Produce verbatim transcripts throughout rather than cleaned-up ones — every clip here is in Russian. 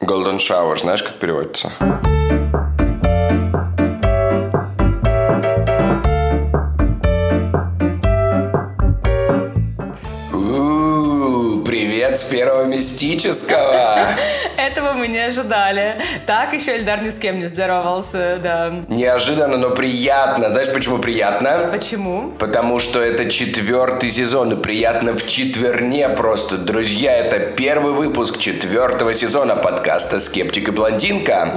Golden shower, знаешь, как переводится? У-у-у, привет с первого мистического! Этого мы не ожидали. Так еще Эльдар ни с кем не здоровался, да. Неожиданно, но приятно. Знаешь, почему приятно? Почему? Потому что это четвертый сезон, и приятно в четверне просто. Друзья, это первый выпуск четвертого сезона подкаста «Скептик и блондинка».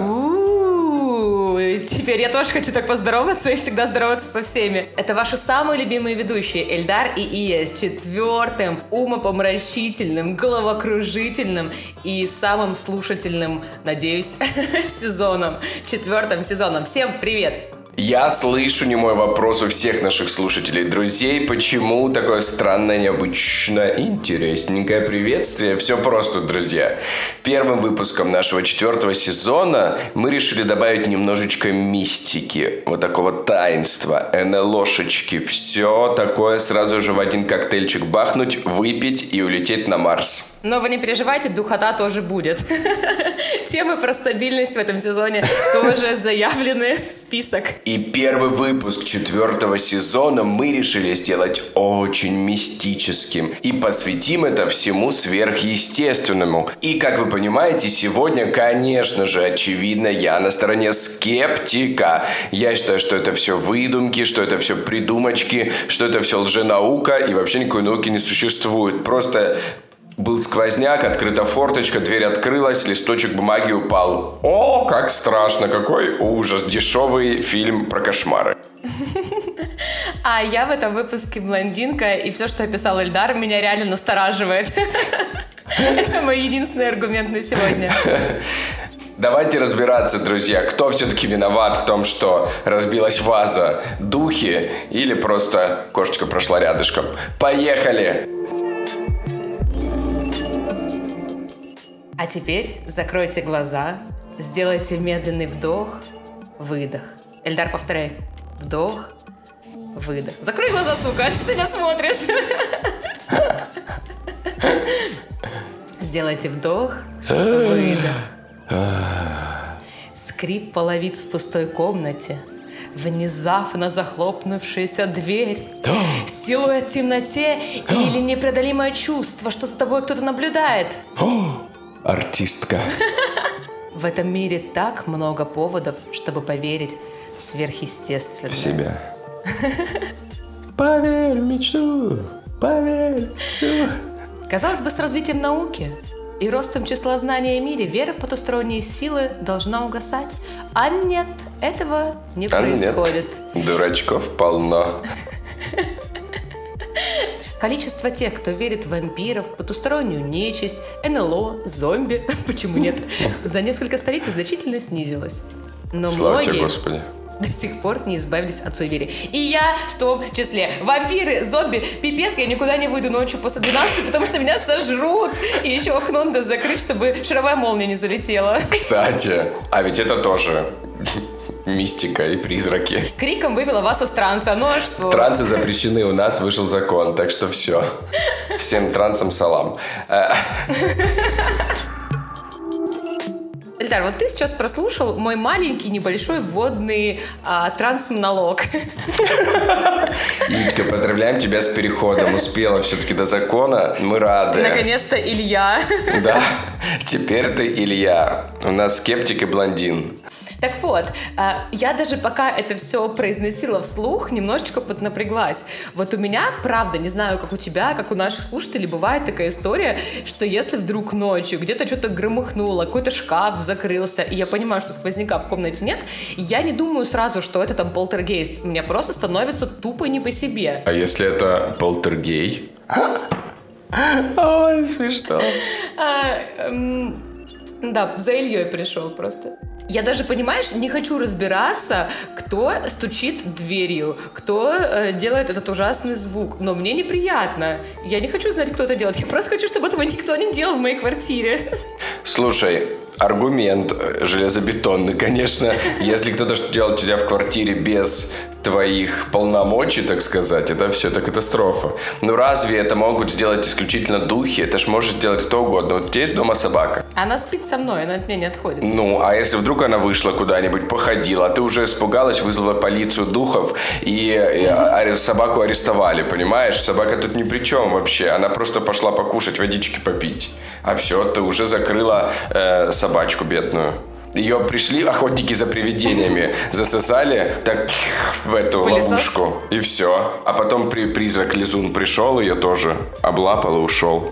Теперь я тоже хочу так поздороваться и всегда здороваться со всеми. Это ваши самые любимые ведущие Эльдар и Ия с четвертым умопомрачительным, головокружительным и самым слушательным, надеюсь, сезоном. Четвертым сезоном. Всем привет! Я слышу немой вопрос у всех наших слушателей, друзей, почему такое странное, необычное, интересненькое приветствие. Все просто, друзья. Первым выпуском нашего четвертого сезона мы решили добавить немножечко мистики, вот такого таинства, эн эл о-шечки. Все такое сразу же в один коктейльчик бахнуть, выпить и улететь на Марс. Но вы не переживайте, духота тоже будет. Темы про стабильность в этом сезоне тоже заявлены в список. И первый выпуск четвертого сезона мы решили сделать очень мистическим. И посвятим это всему сверхъестественному. И, как вы понимаете, сегодня, конечно же, очевидно, я на стороне скептика. Я считаю, что это все выдумки, что это все придумочки, что это все лженаука, и вообще никакой науки не существует. Просто... Был сквозняк, открыта форточка, дверь открылась, листочек бумаги упал. О, как страшно, какой ужас, дешевый фильм про кошмары. А я в этом выпуске блондинка, и все, что описал Эльдар, меня реально настораживает. Это мой единственный аргумент на сегодня. Давайте разбираться, друзья, кто все-таки виноват в том, что разбилась ваза, духи или просто кошечка прошла рядышком. Поехали! А теперь закройте глаза, сделайте медленный вдох, выдох. Эльдар, повторяй. Вдох, выдох. Закрой глаза, сука, что ты меня смотришь? Сделайте вдох, выдох. Скрип половиц в пустой комнате. Внезапно захлопнувшаяся дверь. Силуэт в темноте или непреодолимое чувство, что за тобой кто-то наблюдает. Артистка. В этом мире так много поводов, чтобы поверить в сверхъестественное. В себя. Поверь в мечту, поверь в мечту. Казалось бы, с развитием науки и ростом числа знаний о мире вера в потусторонние силы должна угасать. А нет, этого не а происходит. Нет. Дурачков полно. Количество тех, кто верит в вампиров, потустороннюю нечисть, эн эл о, зомби, почему нет, за несколько столетий значительно снизилось. Но Слава тебе, многие Господи. до сих пор не избавились от суеверий. И я в том числе. Вампиры, зомби, пипец, я никуда не выйду ночью после двенадцати, потому что меня сожрут. И еще окно надо закрыть, чтобы шаровая молния не залетела. Кстати, а ведь это тоже мистика и призраки. Криком вывела вас из транса, ну а что? Трансы запрещены, у нас вышел закон, так что все. Всем трансам салам. Эльдар, вот ты сейчас прослушал мой маленький небольшой вводный а, транс-монолог. Ильичка, поздравляем тебя с переходом. Успела все-таки до закона, мы рады. Наконец-то Илья. Да, теперь ты Илья. У нас скептик и блондин. Так вот, я даже пока это все произносила вслух, немножечко поднапряглась. Вот у меня, правда, не знаю, как у тебя, как у наших слушателей, бывает такая история, что если вдруг ночью где-то что-то громыхнуло, какой-то шкаф закрылся, и я понимаю, что сквозняка в комнате нет, я не думаю сразу, что это там полтергейст. Мне просто становится тупо не по себе. А если это полтергей? Ой, смешно. Да, за Ильей пришел просто. Я даже, понимаешь, не хочу разбираться, кто стучит дверью, кто э, делает этот ужасный звук. Но мне неприятно. Я не хочу знать, кто это делает. Я просто хочу, чтобы этого никто не делал в моей квартире. Слушай, аргумент железобетонный, конечно. Если кто-то что делает у тебя в квартире без твоих полномочий, так сказать, это все, это катастрофа. Ну разве это могут сделать исключительно духи? Это ж может сделать кто угодно. Вот у тебя есть дома собака. Она спит со мной, она от меня не отходит. Ну, а если вдруг она вышла куда-нибудь, походила, а ты уже испугалась, вызвала полицию духов и, и собаку арестовали, понимаешь? Собака тут ни при чем вообще. Она просто пошла покушать, водички попить. А все, ты уже закрыла э, собачку бедную. Ее пришли охотники за привидениями, засосали так в эту Пылесос? ловушку, и все. А потом при, призрак Лизун пришел, ее тоже облапал и ушел.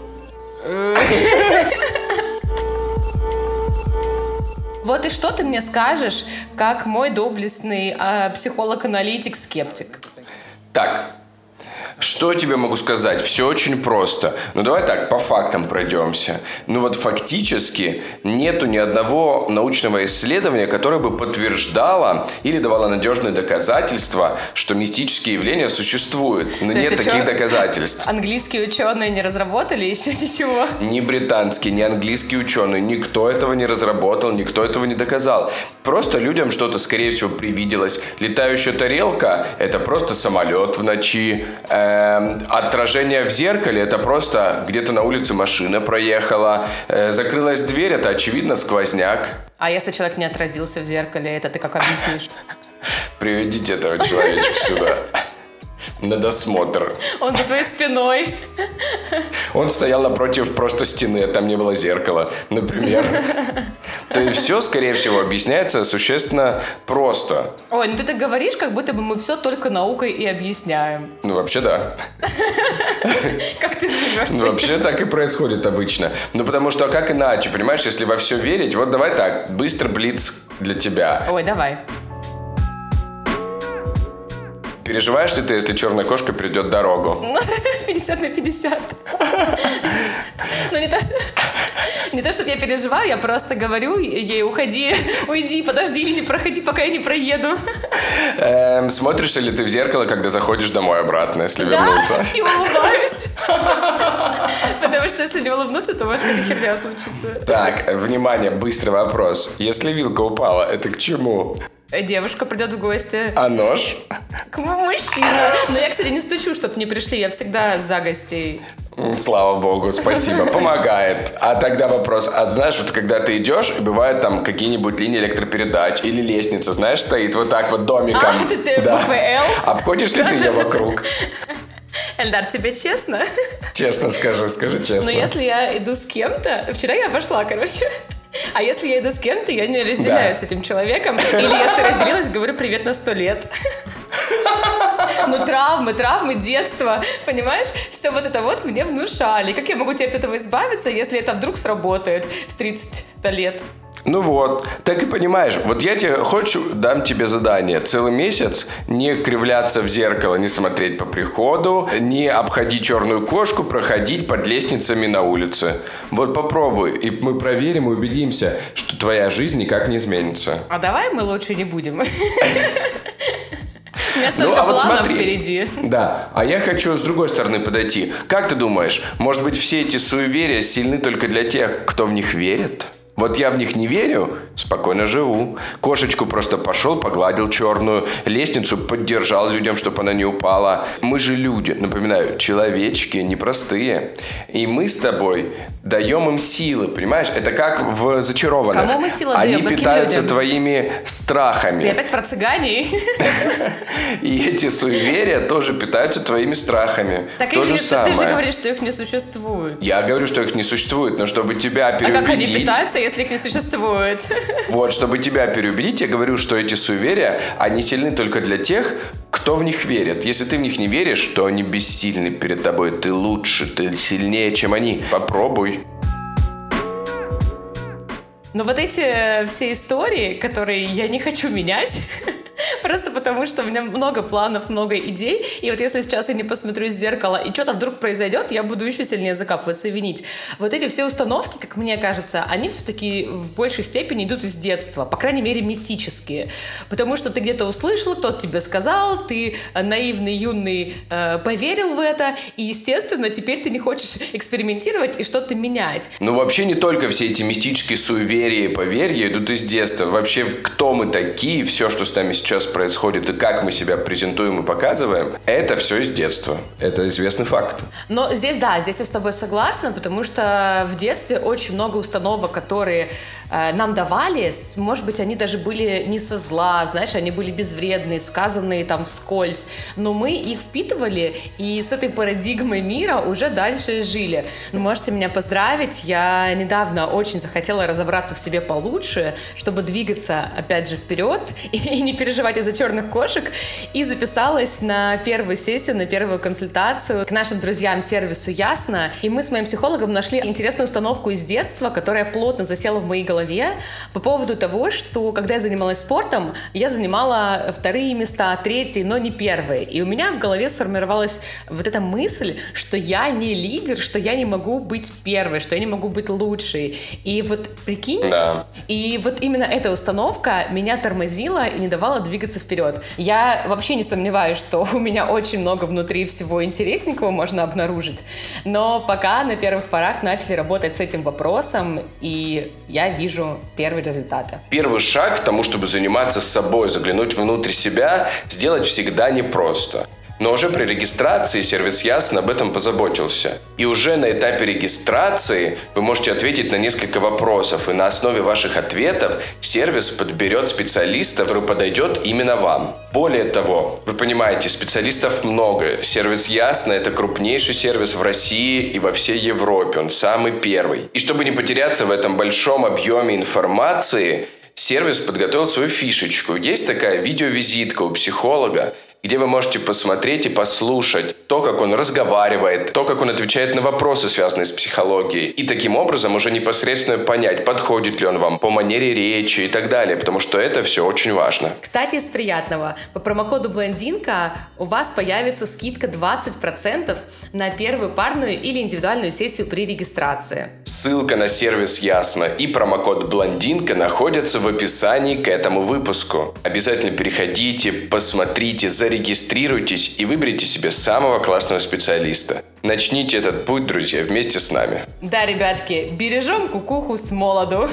Вот и что ты мне скажешь, как мой доблестный э, психолог-аналитик-скептик? Так, что я тебе могу сказать? Все очень просто. Ну, давай так, по фактам пройдемся. Ну, вот фактически нету ни одного научного исследования, которое бы подтверждало или давало надежные доказательства, что мистические явления существуют. Но То нет есть, таких что, доказательств. Английские ученые не разработали еще ничего? Ни британские, ни английские ученые, никто этого не разработал, никто этого не доказал. Просто людям что-то, скорее всего, привиделось. Летающая тарелка – это просто самолет в ночи. Эм, отражение в зеркале – это просто где-то на улице машина проехала. Э, закрылась дверь – это, очевидно, сквозняк. А если человек не отразился в зеркале, это ты как объяснишь? Приведите этого человечка сюда. На досмотр. Он за твоей спиной. Он стоял напротив просто стены, а там не было зеркала, например. То есть все, скорее всего, объясняется существенно просто. Ой, ну ты так говоришь, как будто бы мы все только наукой и объясняем. Ну, вообще, да. Как ты живешь с Ну, этим? вообще так и происходит обычно. Ну, потому что, а как иначе, понимаешь, если во все верить, вот давай так, быстро блиц для тебя. Ой, давай. Переживаешь ли ты, если черная кошка перейдет дорогу? пятьдесят на пятьдесят. Ну, не то, не то, чтобы я переживаю, я просто говорю ей: уходи, уйди, подожди или проходи, пока я не проеду. Эм, смотришь ли ты в зеркало, когда заходишь домой обратно, если вернуться? Да, и улыбаюсь. Потому что если не улыбнуться, то может какая-то херня случится. Так, внимание, быстрый вопрос. Если вилка упала, это к чему? Девушка придет в гости. А нож? К мужчине. Но я, кстати, не стучу, чтобы не пришли. Я всегда за гостей. Слава богу, спасибо, помогает. А тогда вопрос, а знаешь, вот когда ты идешь, и бывают там какие-нибудь линии электропередач или лестница, знаешь, стоит вот так вот домиком. А, это ты да. буквы «Л»? Обходишь ли ты ее вокруг? Эльдар, тебе честно? Честно скажи, скажи честно. Но если я иду с кем-то... Вчера я пошла, короче. А если я иду с кем-то, я не разделяю да. с этим человеком. Или если разделилась, говорю: привет на сто лет. Ну, травмы, травмы детства, понимаешь? Все вот это вот мне внушали. Как я могу теперь от этого избавиться, если это вдруг сработает в тридцать лет? Ну вот, так и понимаешь, вот я тебе, хочешь, дам тебе задание. Целый месяц не кривляться в зеркало, не смотреть по приходу, не обходить черную кошку, проходить под лестницами на улице. Вот попробуй, и мы проверим и убедимся, что твоя жизнь никак не изменится. А давай мы лучше не будем. У меня столько Ну, а вот планов смотри. впереди. Да, а я хочу с другой стороны подойти. Как ты думаешь, может быть, все эти суеверия сильны только для тех, кто в них верит? Вот я в них не верю, спокойно живу. Кошечку просто пошел, погладил черную, лестницу поддержал людям, чтобы она не упала. Мы же люди, напоминаю, человечки непростые. И мы с тобой даем им силы, понимаешь? Это как в «Зачарованных». Кому мы силы Они даем? Каким питаются людям? твоими страхами. Ты опять про цыганей? И эти суеверия тоже питаются твоими страхами. Так То их же не- ты самое. же говоришь, что их не существует. Я говорю, что их не существует, но чтобы тебя А как они переубедить... питаются, если их не существует? Вот, чтобы тебя переубедить, я говорю, что эти суеверия, они сильны только для тех, кто в них верит. Если ты в них не веришь, то они бессильны перед тобой. Ты лучше, ты сильнее, чем они. Попробуй. Но вот эти все истории, которые я не хочу менять, Просто потому, что у меня много планов, много идей, и вот если сейчас я не посмотрю в зеркало, и что-то вдруг произойдет, я буду еще сильнее закапываться и винить. Вот эти все установки, как мне кажется, они все-таки в большей степени идут из детства, по крайней мере, мистические. Потому что ты где-то услышал, кто-то тебе сказал, ты наивный, юный, э, поверил в это, и, естественно, теперь ты не хочешь экспериментировать и что-то менять. Ну, вообще не только все эти мистические суеверия и поверья идут из детства. Вообще, кто мы такие, все, что с нами сейчас происходит, и как мы себя презентуем и показываем, это все из детства. Это известный факт. Но здесь, да, здесь я с тобой согласна, потому что в детстве очень много установок, которые э, нам давали, может быть, они даже были не со зла, знаешь, они были безвредные, сказанные там вскользь, но мы их впитывали и с этой парадигмой мира уже дальше жили. Ну, можете меня поздравить, я недавно очень захотела разобраться в себе получше, чтобы двигаться, опять же, вперед и не переживать из-за черных кошек, и записалась на первую сессию, на первую консультацию к нашим друзьям сервису «Ясно», и мы с моим психологом нашли интересную установку из детства, которая плотно засела в моей голове по поводу того, что когда я занималась спортом, я занимала вторые места, третьи, но не первые, и у меня в голове сформировалась вот эта мысль, что я не лидер, что я не могу быть первой, что я не могу быть лучшей, и вот прикинь, да. И вот именно эта установка меня тормозила и не давала двигаться вперед. Я вообще не сомневаюсь, что у меня очень много внутри всего интересненького можно обнаружить, но пока на первых порах начали работать с этим вопросом, и я вижу первые результаты. Первый шаг к тому, чтобы заниматься собой, заглянуть внутрь себя, сделать всегда непросто. Но уже при регистрации сервис «Ясно» об этом позаботился. И уже на этапе регистрации вы можете ответить на несколько вопросов, и на основе ваших ответов сервис подберет специалиста, который подойдет именно вам. Более того, вы понимаете, специалистов много. Сервис «Ясно» — это крупнейший сервис в России и во всей Европе. Он самый первый. И чтобы не потеряться в этом большом объеме информации, сервис подготовил свою фишечку. Есть такая видеовизитка у психолога, где вы можете посмотреть и послушать то, как он разговаривает, то, как он отвечает на вопросы, связанные с психологией. И таким образом уже непосредственно понять, подходит ли он вам по манере речи и так далее, потому что это все очень важно. Кстати, из приятного. По промокоду «Блондинка» у вас появится скидка двадцать процентов на первую парную или индивидуальную сессию при регистрации. Ссылка на сервис «Ясно» и промокод «Блондинка» находятся в описании к этому выпуску. Обязательно переходите, посмотрите, зарегистрируйтесь и выберите себе самого классного специалиста. Начните этот путь, друзья, вместе с нами. Да, ребятки, бережем кукуху с молоду.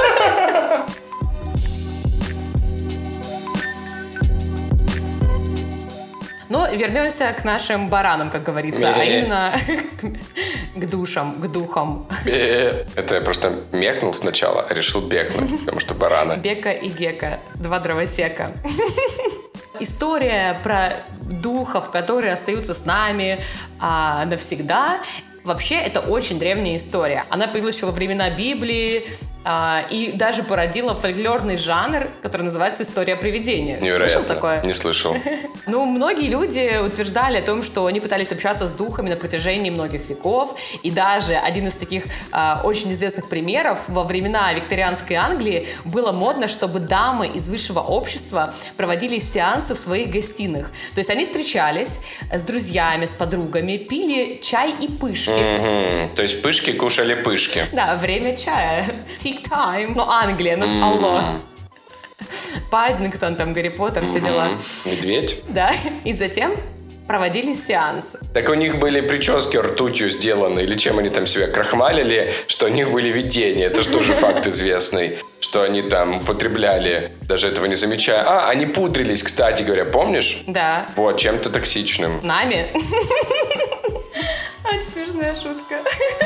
Но вернемся к нашим баранам, как говорится, а именно к душам, к духам. Это я просто мекнул сначала, а решил бекнуть, потому что бараны. Бека и Гека, два дровосека. История про духов, которые остаются с нами а, навсегда. Вообще, это очень древняя история. Она появилась еще во времена Библии а, и даже породила фольклорный жанр, который называется «История привидения». Невероятно. Слышал такое? Не слышал. Ну, многие люди утверждали о том, что они пытались общаться с духами на протяжении многих веков. И даже один из таких а, очень известных примеров: во времена викторианской Англии было модно, чтобы дамы из высшего общества проводили сеансы в своих гостиных. То есть они встречались с друзьями, с подругами, пили чай и пышки. Mm-hmm. То есть пышки кушали пышки. Да, время чая. Tea time. Ну, Англия, ну, mm-hmm. алло. Паддингтон, там, Гарри Поттер, все дела. Медведь. Да, и затем проводили сеансы. Так у них были прически ртутью сделаны, или чем они там себя крахмалили, что у них были видения. Это же тоже факт известный, что они там употребляли, даже этого не замечая. А, они пудрились, кстати говоря, помнишь? Да. Вот, чем-то токсичным. Нами? Очень смешная шутка.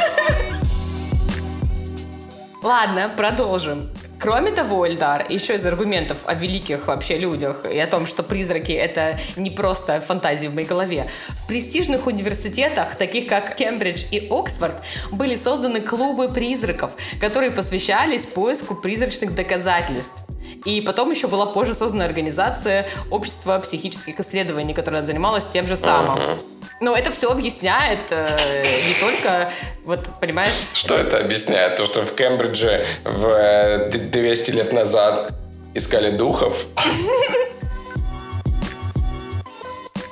Ладно, продолжим. Кроме того, Эльдар, еще из аргументов о великих вообще людях и о том, что призраки — это не просто фантазии в моей голове, в престижных университетах, таких как Кембридж и Оксфорд, были созданы клубы призраков, которые посвящались поиску призрачных доказательств. И потом еще была позже создана организация Общества психических исследований, которая занималась тем же самым. Uh-huh. Но это все объясняет э, не только, вот, понимаешь... Что это объясняет? То, что в Кембридже в двести лет назад искали духов?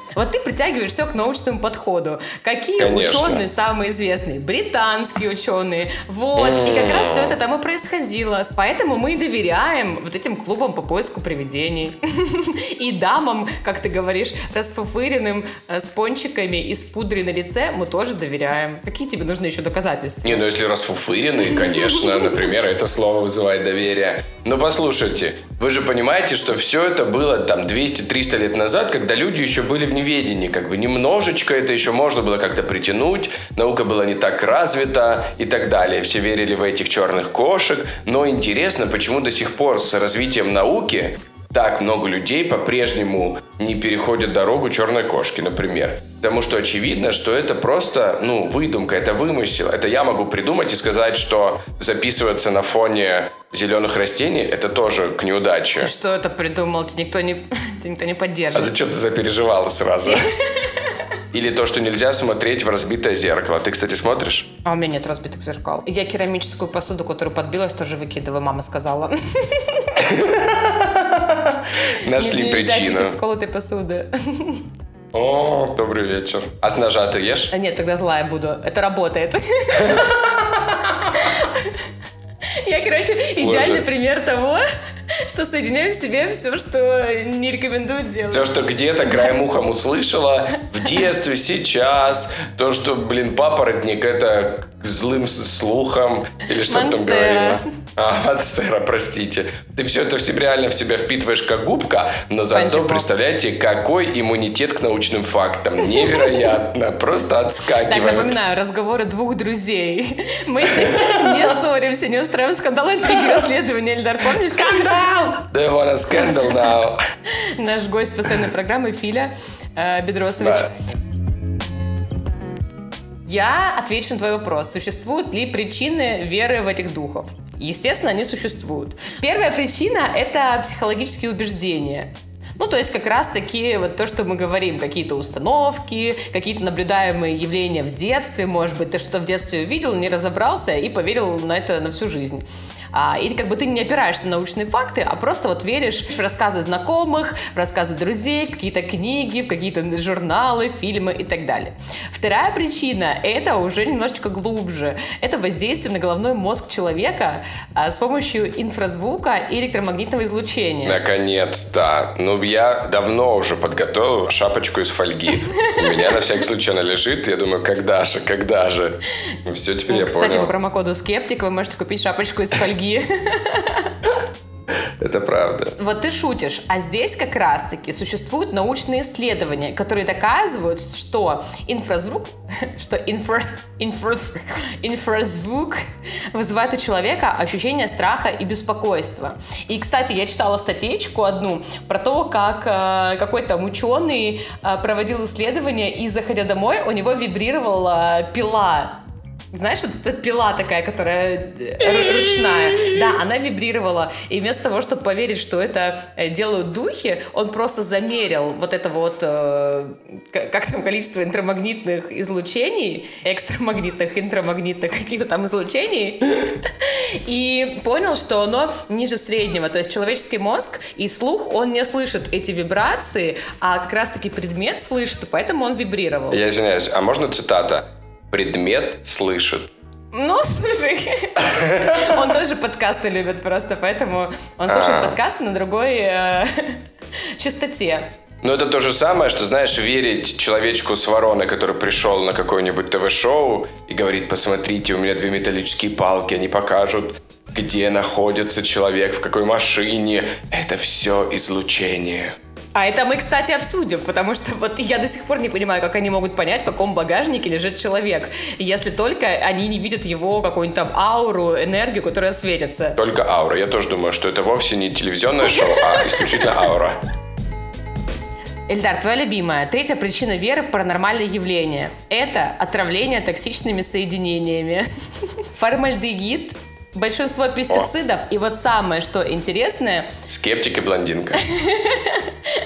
Вот ты притягиваешь все к научному подходу. Какие Конечно. ученые самые известные? Британские ученые. Вот. И как раз все это там и происходило. Поэтому мы и доверяем вот этим клубам по поиску привидений. И дамам, как ты говоришь, расфуфыренным, с пончиками и с пудрой на лице мы тоже доверяем. Какие тебе нужны еще доказательства? Не, ну если расфуфыренный, конечно, например, это слово вызывает доверие. Но послушайте, вы же понимаете, что все это было там двести-триста лет назад, когда люди еще были в неведении. Как бы немножечко это еще можно было как-то притянуть, наука была не так развита и так далее. Все верили в этих черных кошек. Но интересно, почему до сих пор с развитием науки так много людей по-прежнему не переходят дорогу черной кошки, например. Потому что очевидно, что это просто, ну, выдумка, это вымысел. Это я могу придумать и сказать, что записываться на фоне зеленых растений, это тоже к неудаче. Ты что это придумал? Тебя никто не, тебя никто не поддержит. А зачем ты запереживала сразу? Или то, что нельзя смотреть в разбитое зеркало. Ты, кстати, смотришь? А у меня нет разбитых зеркал. Я керамическую посуду, которую подбилась, тоже выкидываю, мама сказала. Нашли причину. Нельзя пить из колотой посуды. О, добрый вечер. А с ножа ты ешь? А нет, тогда злая буду. Это работает. Я, короче, идеальный пример того, что соединяю в себе все, что не рекомендую делать. Все, что где-то краем ухом услышала в детстве, сейчас. То, что, блин, папоротник, это к злым слухом. Или что ты там говорила? А, Монстера, простите. Ты все это в себе, реально в себя впитываешь как губка, но зато представляете, какой иммунитет к научным фактам. Невероятно. Просто отскакивает. Так, напоминаю, разговоры двух друзей. Мы здесь не ссоримся, не устраиваем скандал, интриги, расследования. Эльдар, помнишь? Скандал! Do you want a scandal now? Наш гость постоянной программы Филя э, Бедросович. Да. Я отвечу на твой вопрос. Существуют ли причины веры в этих духов? Естественно, они существуют. Первая причина – это психологические убеждения. Ну, то есть как раз-таки вот то, что мы говорим, какие-то установки, какие-то наблюдаемые явления в детстве, может быть, ты что-то в детстве увидел, не разобрался и поверил на это на всю жизнь. А, и как бы ты не опираешься на научные факты, а просто вот веришь в рассказы знакомых, в рассказы друзей, в какие-то книги, в какие-то журналы, фильмы и так далее. Вторая причина – это уже немножечко глубже. Это воздействие на головной мозг человека а, с помощью инфразвука и электромагнитного излучения. Наконец-то. Ну, я давно уже подготовил шапочку из фольги. У меня на всякий случай она лежит. Я думаю, когда же, когда же. Ну, все, теперь ну, я кстати, понял. по промокоду «Скептик» вы можете купить шапочку из фольги. Это правда. Вот ты шутишь, а здесь как раз-таки существуют научные исследования, которые доказывают, что инфразвук, что инфра, инфра, инфразвук вызывает у человека ощущение страха и беспокойства. И, кстати, я читала статейку одну про то, как э, какой-то там ученый э, проводил исследование, и, заходя домой, у него вибрировала пила. Знаешь, вот эта пила такая, которая ручная, да, она вибрировала. И вместо того, чтобы поверить, что это делают духи, он просто замерил вот это вот, э, как там, количество интромагнитных излучений, экстрамагнитных, интромагнитных, каких-то там излучений, и понял, что оно ниже среднего. То есть человеческий мозг и слух, он не слышит эти вибрации, а как раз-таки предмет слышит, поэтому он вибрировал. Я извиняюсь, а можно цитата? Предмет слышит. Ну, слушай, он тоже подкасты любит просто, поэтому он слушает подкасты на другой э, частоте. Ну, это то же самое, что, знаешь, верить человечку с вороной, который пришел на какое-нибудь ТВ-шоу и говорит: посмотрите, у меня две металлические палки, они покажут, где находится человек, в какой машине. Это все излучение. А это мы, кстати, обсудим, потому что вот я до сих пор не понимаю, как они могут понять, в каком багажнике лежит человек, если только они не видят его какую-нибудь там ауру, энергию, которая светится. Только аура. Я тоже думаю, что это вовсе не телевизионное шоу, а исключительно аура. Эльдар, твоя любимая, третья причина веры в паранормальные явления – это отравление токсичными соединениями. Формальдегид, большинство пестицидов, О. и вот самое, что интересное… Скептик и блондинка.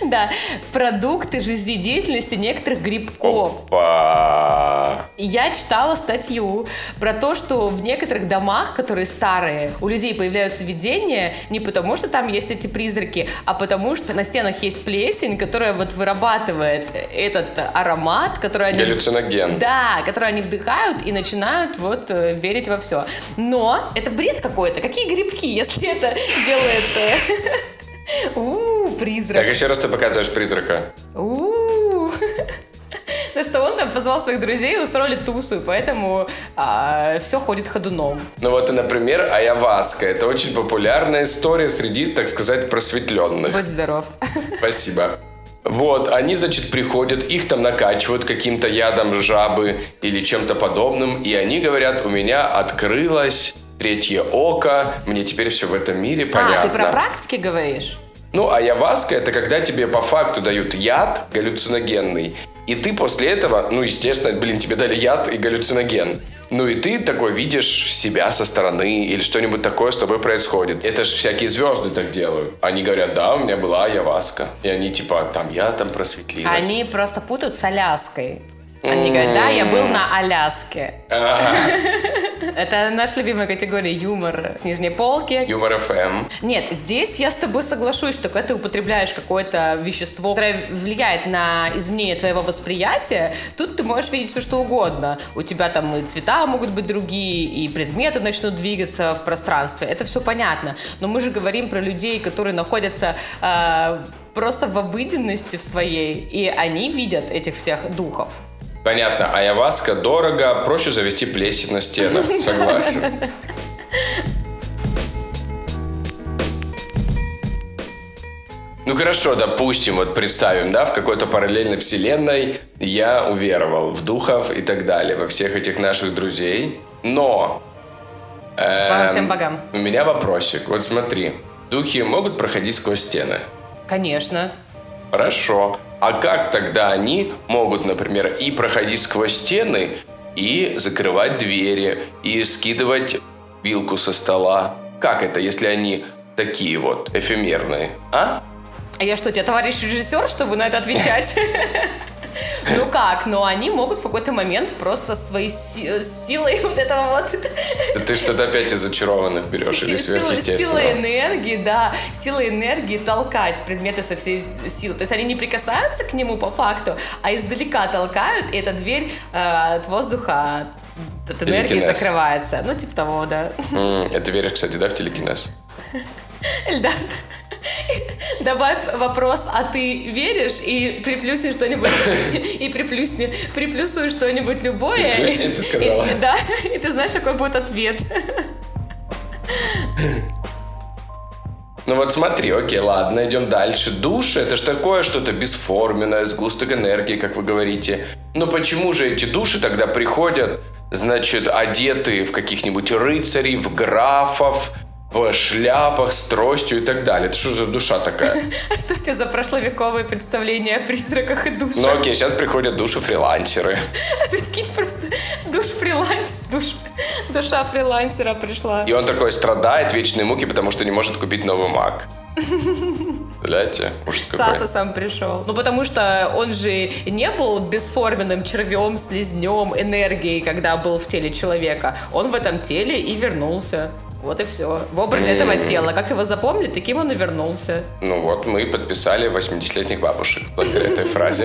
Да, продукты жизнедеятельности некоторых грибков. Опа. Я читала статью про то, что в некоторых домах, которые старые, у людей появляются видения не потому, что там есть эти призраки, а потому, что на стенах есть плесень, которая вот вырабатывает этот аромат, который они... Галлюциноген. Да, который они вдыхают и начинают вот э, верить во все. Но это бред какой-то. Какие грибки, если это делает... Ууу, призрак. Как еще раз ты показываешь призрака? Ууу. Ну что он там позвал своих друзей и устроили тусу, и поэтому а, все ходит ходуном. Ну вот, и, например, айаваска. Это очень популярная история среди, так сказать, просветленных. Будь здоров. Спасибо. Вот, они, значит, приходят, их там накачивают каким-то ядом жабы или чем-то подобным, и они говорят, у меня открылось третье око, мне теперь все в этом мире понятно. А, ты про практики говоришь? Ну, айаваска — это когда тебе по факту дают яд галлюциногенный, и ты после этого, ну, естественно, блин, тебе дали яд и галлюциноген. Ну и ты такой видишь себя со стороны или что-нибудь такое с тобой происходит. Это же всякие звезды так делают. Они говорят, да, у меня была айаваска. И они типа, там я там просветлилась. Они просто путают с Аляской. Они говорят, да, я был на Аляске. Это наша любимая категория юмор с нижней полки. Юмор эф эм. Нет, здесь я с тобой соглашусь, что когда ты употребляешь какое-то вещество, которое влияет на изменение твоего восприятия, тут ты можешь видеть все, что угодно. У тебя там и цвета могут быть другие, и предметы начнут двигаться в пространстве. Это все понятно. Но мы же говорим про людей, которые находятся э, просто в обыденности в своей, и они видят этих всех духов. Понятно, айаваска дорого, проще завести плесень на стенах, согласен. Ну хорошо, допустим, вот представим, да, в какой-то параллельной вселенной я уверовал в духов и так далее, во всех этих наших друзей, но... Эм, Слава всем богам. У меня вопросик, вот смотри, духи могут проходить сквозь стены? Конечно. Хорошо. А как тогда они могут, например, и проходить сквозь стены, и закрывать двери, и скидывать вилку со стола? Как это, если они такие вот эфемерные, а? А я что, у тебя товарищ режиссер, чтобы на это отвечать? Ну как, но они могут в какой-то момент просто своей си- силой вот этого вот... Ты что-то опять из зачарованных берешь или сверхъестественного? Силой энергии, да, силой энергии толкать предметы со всей силы. То есть они не прикасаются к нему по факту, а издалека толкают, и эта дверь э, от воздуха, от энергии Телекинез. Закрывается. Ну, типа того, да. М, Это веришь, кстати, да, в телекинез? Эльдар, добавь вопрос, а ты веришь, и приплюсни что-нибудь, и приплюсни, приплюсуй что-нибудь любое. Приплюсни, ты сказала. И, да, и ты знаешь, какой будет ответ. Ну вот смотри, окей, ладно, идем дальше. Душ — это ж такое что-то бесформенное, сгусток энергии, как вы говорите. Но почему же эти души тогда приходят, значит, одетые в каких-нибудь рыцарей, в графов, в шляпах с тростью и так далее? Это что за душа такая? А что у тебя за прошловековые представления о призраках и душах? Ну окей, сейчас приходят души-фрилансеры. Прикинь, просто душ-фриланс, душ, душа фрилансера пришла. И он такой страдает, вечные муки, потому что не может купить новый Mac. Представляете? Ужас какой. Саса сам пришел. Ну, потому что он же не был бесформенным червем, слизнем, энергией, когда был в теле человека. Он в этом теле и вернулся. Вот и все. В образе mm-hmm. этого тела. Как его запомнили, таким он и вернулся. Ну вот, мы подписали восьмидесятилетних бабушек благодаря этой фразе.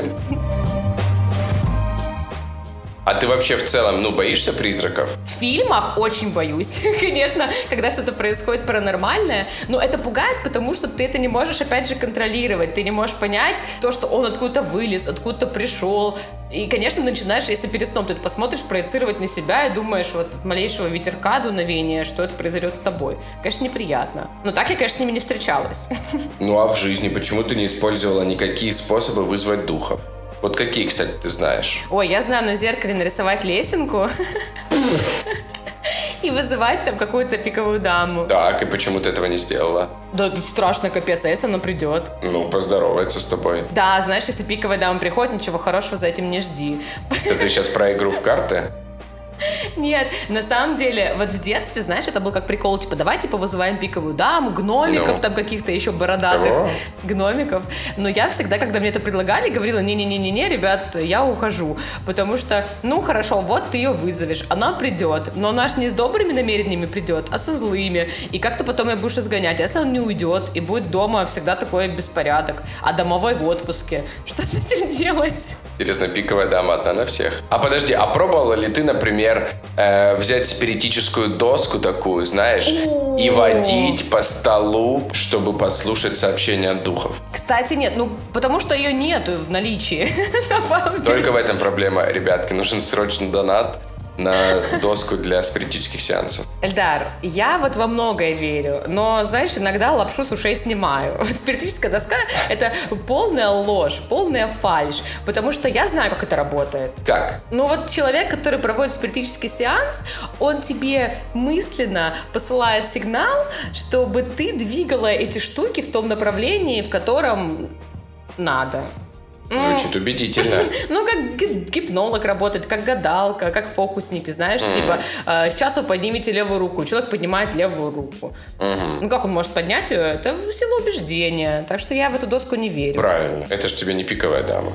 А ты вообще в целом, ну, боишься призраков? В фильмах очень боюсь, конечно, когда что-то происходит паранормальное. Но это пугает, потому что ты это не можешь, опять же, контролировать. Ты не можешь понять то, что он откуда-то вылез, откуда-то пришел. И, конечно, начинаешь, если перед сном ты это посмотришь, проецировать на себя и думаешь, вот от малейшего ветерка, дуновения, что это произойдет с тобой. Конечно, неприятно. Но так я, конечно, с ними не встречалась. Ну, а в жизни почему ты не использовала никакие способы вызвать духов? Вот какие, кстати, ты знаешь? Ой, я знаю на зеркале нарисовать лесенку и вызывать там какую-то пиковую даму. Так, и почему ты этого не сделала? Да, тут страшно, капец, а если она придет? Ну, поздоровается с тобой. Да, знаешь, если пиковая дама приходит, ничего хорошего за этим не жди. Это ты сейчас про игру в карты? Нет, на самом деле, вот в детстве, знаешь, это был как прикол, типа, давай, типа, вызываем пиковую даму, гномиков, Ну. там каких-то еще бородатых Кого? гномиков. Но я всегда, когда мне это предлагали, говорила, не-не-не-не, ребят, я ухожу. Потому что, ну, хорошо, вот ты ее вызовешь, она придет, но она ж не с добрыми намерениями придет, а со злыми. И как-то потом ее будешь изгонять. А если он не уйдет, и будет дома всегда такой беспорядок, а домовой в отпуске, что с этим делать? Интересно, пиковая дама одна на всех. А подожди, а пробовала ли ты, например, э, взять спиритическую доску такую, знаешь, и водить по столу, чтобы послушать сообщения от духов? Кстати, нет, ну, потому что ее нету в наличии. Только в этом проблема, ребятки. Нужен срочно донат на доску для спиритических сеансов. Эльдар, я вот во многое верю, но, знаешь, иногда лапшу с ушей снимаю. Вот спиритическая доска — это полная ложь, полная фальшь, потому что я знаю, как это работает. Как? Ну вот человек, который проводит спиритический сеанс, он тебе мысленно посылает сигнал, чтобы ты двигала эти штуки в том направлении, в котором надо. Звучит убедительно. Ну, как гипнолог работает, как гадалка, как фокусники, знаешь, mm. типа, э, сейчас вы поднимете левую руку, человек поднимает левую руку. Mm-hmm. Ну, как он может поднять ее? Это сила убеждения. Так что я в эту доску не верю. Правильно. Это же тебе не пиковая дама.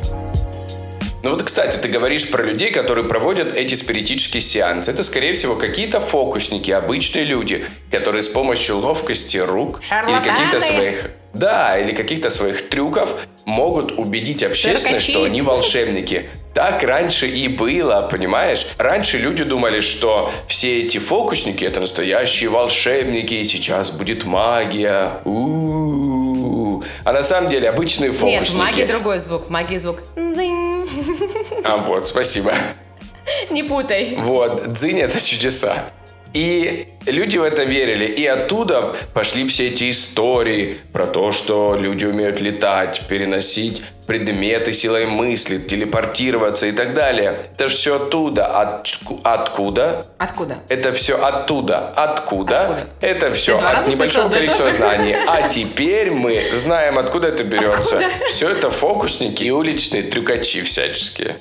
Ну вот, кстати, ты говоришь про людей, которые проводят эти спиритические сеансы. Это, скорее всего, какие-то фокусники, обычные люди, которые с помощью ловкости рук Шарлатаны. или каких-то своих, да, или каких-то своих трюков могут убедить общественность, Циркачи. что они волшебники. Так раньше и было, понимаешь? Раньше люди думали, что все эти фокусники — это настоящие волшебники, и сейчас будет магия. У-у-у. А на самом деле обычные фокусники. Нет, в магии другой звук. В магии звук «дзынь». А вот, спасибо. Не путай. Вот, дзынь — это чудеса. И люди в это верили. И оттуда пошли все эти истории про то, что люди умеют летать, переносить предметы силой мысли, телепортироваться и так далее. Это же все оттуда. От, откуда? Откуда? Это все оттуда. Откуда? Откуда? Это все два от раза небольшого слышала, да, количества тоже? знаний. А теперь мы знаем, откуда это берется. Откуда? Все это фокусники и уличные трюкачи всяческие.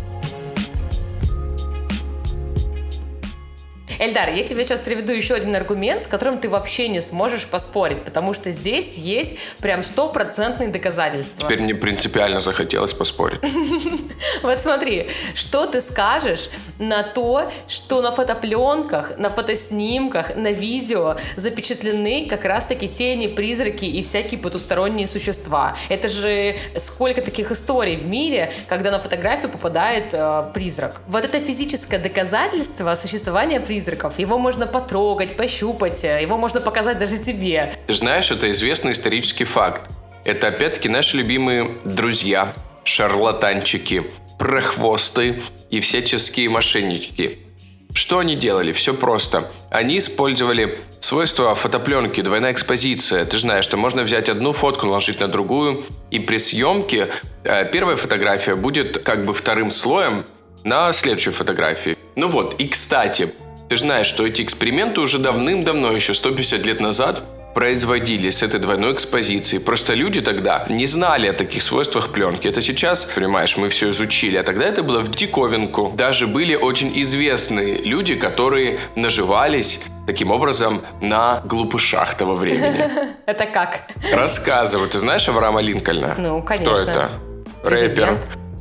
Эльдар, я тебе сейчас приведу еще один аргумент, с которым ты вообще не сможешь поспорить, потому что здесь есть прям стопроцентные доказательства. Теперь мне принципиально захотелось поспорить. Вот смотри, что ты скажешь на то, что на фотопленках, на фотоснимках, на видео запечатлены как раз-таки тени, призраки и всякие потусторонние существа. Это же сколько таких историй в мире, когда на фотографию попадает э, призрак. Вот это физическое доказательство существования призраков. Его можно потрогать, пощупать, его можно показать даже тебе. Ты знаешь, это известный исторический факт. Это опять-таки наши любимые друзья, шарлатанчики, прохвосты и всяческие мошенники. Что они делали? Все просто. Они использовали свойства фотопленки, двойная экспозиция. Ты же знаешь, что можно взять одну фотку, наложить на другую, и при съемке э, первая фотография будет как бы вторым слоем на следующей фотографии. Ну вот, и кстати, ты же знаешь, что эти эксперименты уже давным-давно, еще сто пятьдесят лет назад, производились с этой двойной экспозицией. Просто люди тогда не знали о таких свойствах пленки. Это сейчас, понимаешь, мы все изучили, а тогда это было в диковинку. Даже были очень известные люди, которые наживались таким образом на глупышах того времени. Это как? Рассказывай. Ты знаешь Авраама Линкольна? Ну, конечно. Кто это? Рэпер.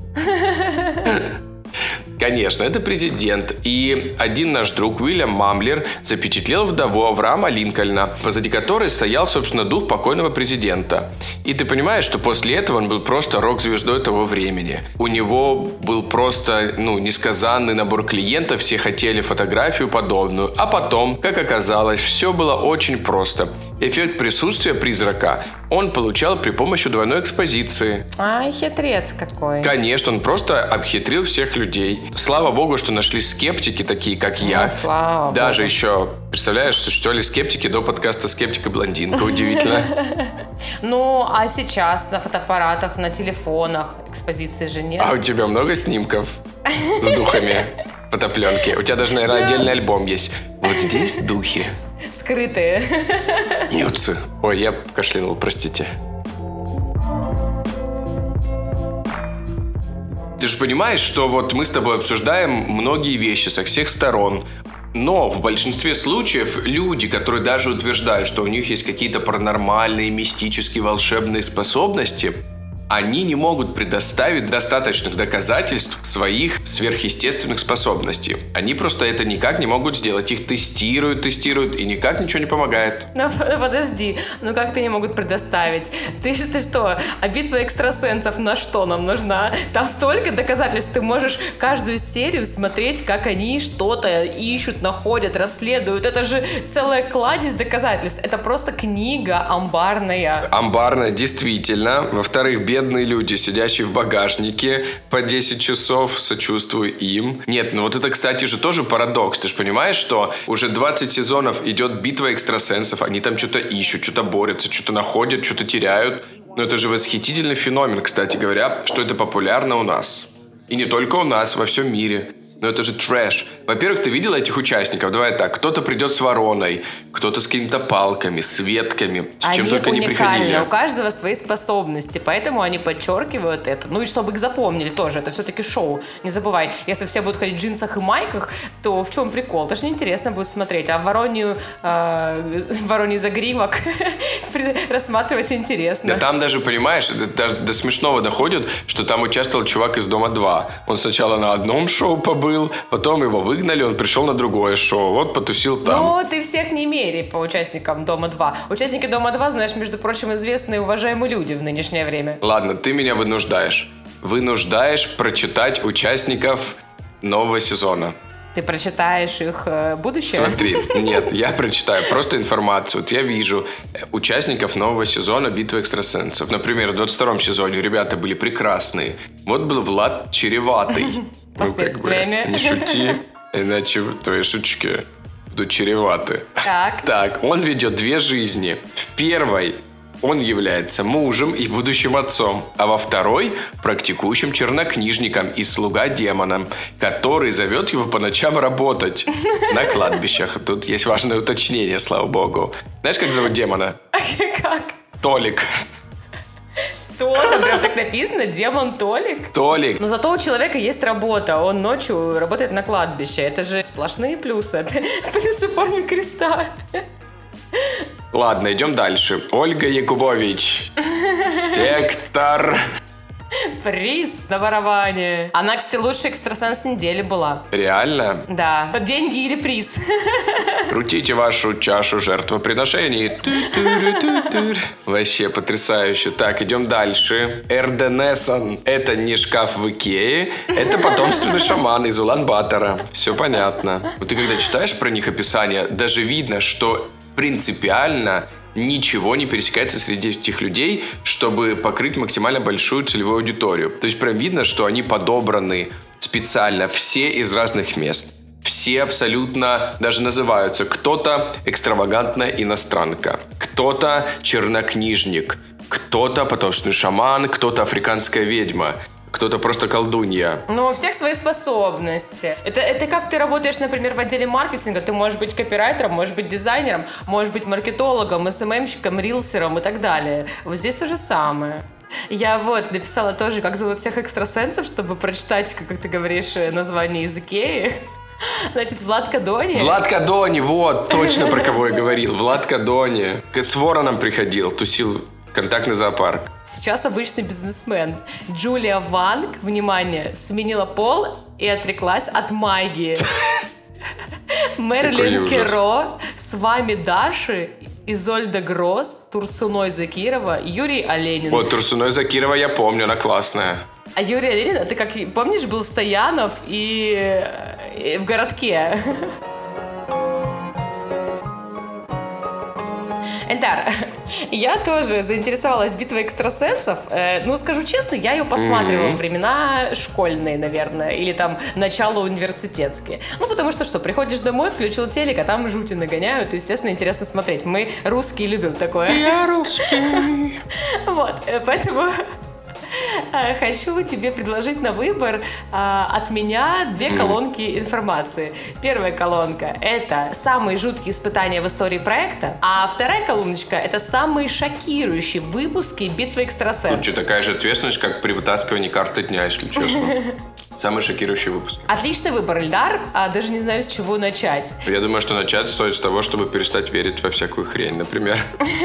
Конечно, это президент. И один наш друг Уильям Мамблер запечатлел вдову Авраама Линкольна, позади которой стоял, собственно, дух покойного президента. И ты понимаешь, что после этого он был просто рок-звездой того времени. У него был просто, ну, несказанный набор клиентов, все хотели фотографию подобную. А потом, как оказалось, все было очень просто. Эффект присутствия призрака он получал при помощи двойной экспозиции. Ай, хитрец какой. Конечно, он просто обхитрил всех людей. Слава богу, что нашлись скептики, такие как я. Ну, слава Даже богу. еще, представляешь, существовали скептики до подкаста «Скептик и блондинка». Удивительно. Ну, а сейчас на фотоаппаратах, на телефонах экспозиции же нет. А у тебя много снимков с духами фотопленки? У тебя даже, наверное, отдельный альбом есть. Вот здесь духи. Скрытые. Нюцы. Ой, я кашлянул, простите. Ты же понимаешь, что вот мы с тобой обсуждаем многие вещи со всех сторон. Но в большинстве случаев люди, которые даже утверждают, что у них есть какие-то паранормальные, мистические, волшебные способности, они не могут предоставить достаточных доказательств своих сверхъестественных способностей. Они просто это никак не могут сделать. Их тестируют, тестируют, и никак ничего не помогает. Ну, подожди, ну как-то не могут предоставить? Ты, ты что, а битва экстрасенсов на что нам нужна? Там столько доказательств, ты можешь каждую серию смотреть, как они что-то ищут, находят, расследуют. Это же целая кладезь доказательств. Это просто книга амбарная. Амбарная, действительно. Во-вторых, бедные люди, сидящие в багажнике по десять часов, сочувствую им. Нет, ну вот это, кстати, же тоже парадокс. Ты же понимаешь, что уже двадцать сезонов идет битва экстрасенсов, они там что-то ищут, что-то борются, что-то находят, что-то теряют. Но это же восхитительный феномен, кстати говоря, что это популярно у нас. И не только у нас, во всем мире. Но это же трэш. Во-первых, ты видела этих участников? Давай так, кто-то придет с вороной, кто-то с какими-то палками, с ветками, с чем они только не приходили. уникальны, у каждого свои способности, поэтому они подчеркивают это. Ну и чтобы их запомнили тоже, это все-таки шоу. Не забывай, если все будут ходить в джинсах и майках, то в чем прикол? Это же неинтересно будет смотреть. А воронью, э, вороний загривок рассматривать интересно. Да там даже, понимаешь, даже до смешного доходит, что там участвовал чувак из Дома два. Он сначала на одном шоу побыл, потом его выгнали, он пришел на другое шоу, вот потусил там. Ну, ты всех не мери по участникам Дома два. Участники Дома два, знаешь, между прочим, известные и уважаемые люди в нынешнее время. Ладно, ты меня вынуждаешь. Вынуждаешь прочитать участников нового сезона. Ты прочитаешь их э, будущее? Смотри, нет, я прочитаю просто информацию. Вот я вижу участников нового сезона «Битвы экстрасенсов». Например, в двадцать втором сезоне ребята были прекрасные. Вот был Влад Череватый. Последствиями. Ну, как бы, не шути, иначе твои шуточки будут чреваты. Так. Так, он ведет две жизни. В первой он является мужем и будущим отцом, а во второй – практикующим чернокнижником и слуга-демоном, который зовет его по ночам работать на кладбищах. Тут есть важное уточнение, слава богу. Знаешь, как зовут демона? Как? Толик. Что? Там прям так написано? Демон Толик? Толик. Но зато у человека есть работа. Он ночью работает на кладбище. Это же сплошные плюсы. Это плюсы в форме креста. Ладно, идем дальше. Ольга Якубович. Сектор. Приз на барабане. Она, кстати, лучшая экстрасенс недели была. Реально? Да. Деньги или приз. Крутите вашу чашу жертвоприношений. Вообще потрясающе. Так, идем дальше. Эрденесон. Это не шкаф в Икее. Это потомственный шаман из Улан-Батора. Все понятно. Вот ты когда читаешь про них описание, даже видно, что принципиально ничего не пересекается среди этих людей, чтобы покрыть максимально большую целевую аудиторию. То есть прям видно, что они подобраны специально, все из разных мест. Все абсолютно даже называются. Кто-то экстравагантная иностранка, кто-то чернокнижник, кто-то потомственный шаман, кто-то африканская ведьма. Кто-то просто колдунья. Ну, у всех свои способности. Это, это как ты работаешь, например, в отделе маркетинга. Ты можешь быть копирайтером, можешь быть дизайнером, можешь быть маркетологом, эс эм эм-щиком, рилсером и так далее. Вот здесь то же самое. Я вот написала тоже, как зовут всех экстрасенсов, чтобы прочитать, как ты говоришь, название из Икеи. Значит, Влад Кадони. Влад Кадони, вот, точно про кого я говорил. Влад Кадони. С вороном приходил, тусил. Контактный зоопарк. Сейчас обычный бизнесмен. Джулия Ванг, внимание, сменила пол и отреклась от магии. Мэрилин Керро, с вами Даши, Изольда Гросс, Турсуной Закирова, Юрий Оленин. Вот, Турсуной Закирова я помню, она классная. А Юрий Оленин, это как, помнишь, был Стоянов и, и в городке. Энтар, я тоже заинтересовалась битвой экстрасенсов. Э, ну, скажу честно, я ее посматривала mm-hmm. времена школьные, наверное, или там начало университетские. Ну, потому что что, приходишь домой, включил телек, а там жути нагоняют, и, естественно, интересно смотреть. Мы русские любим такое. Я русский. Вот, поэтому... Хочу тебе предложить на выбор а, от меня две колонки информации. Первая колонка — это самые жуткие испытания в истории проекта, а вторая колоночка — это самые шокирующие выпуски «Битвы экстрасенсов». Тут что, такая же ответственность, как при вытаскивании карты дня, если честно. Самый шокирующий выпуск. Отличный выбор, Эльдар. А даже не знаю, с чего начать. Я думаю, что начать стоит с того, чтобы перестать верить во всякую хрень, например.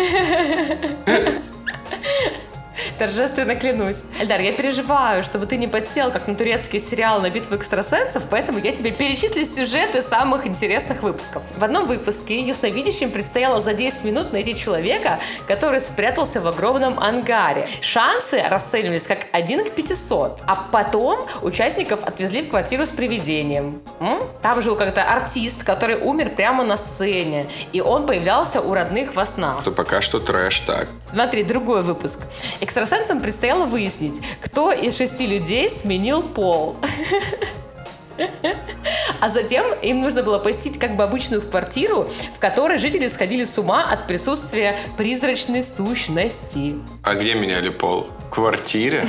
Торжественно клянусь. Эльдар, я переживаю, чтобы ты не подсел, как на турецкий сериал на битву экстрасенсов, поэтому я тебе перечислю сюжеты самых интересных выпусков. В одном выпуске ясновидящим предстояло за десять минут найти человека, который спрятался в огромном ангаре. Шансы расценивались как один к пятисот, а потом участников отвезли в квартиру с привидением. М? Там жил как-то артист, который умер прямо на сцене, и он появлялся у родных во снах. То пока что трэш, так. Смотри, другой выпуск. Экстрасенсам предстояло выяснить, кто из шести людей сменил пол. А затем им нужно было посетить как бы обычную квартиру, в которой жители сходили с ума от присутствия призрачной сущности. А где меняли пол? В квартире?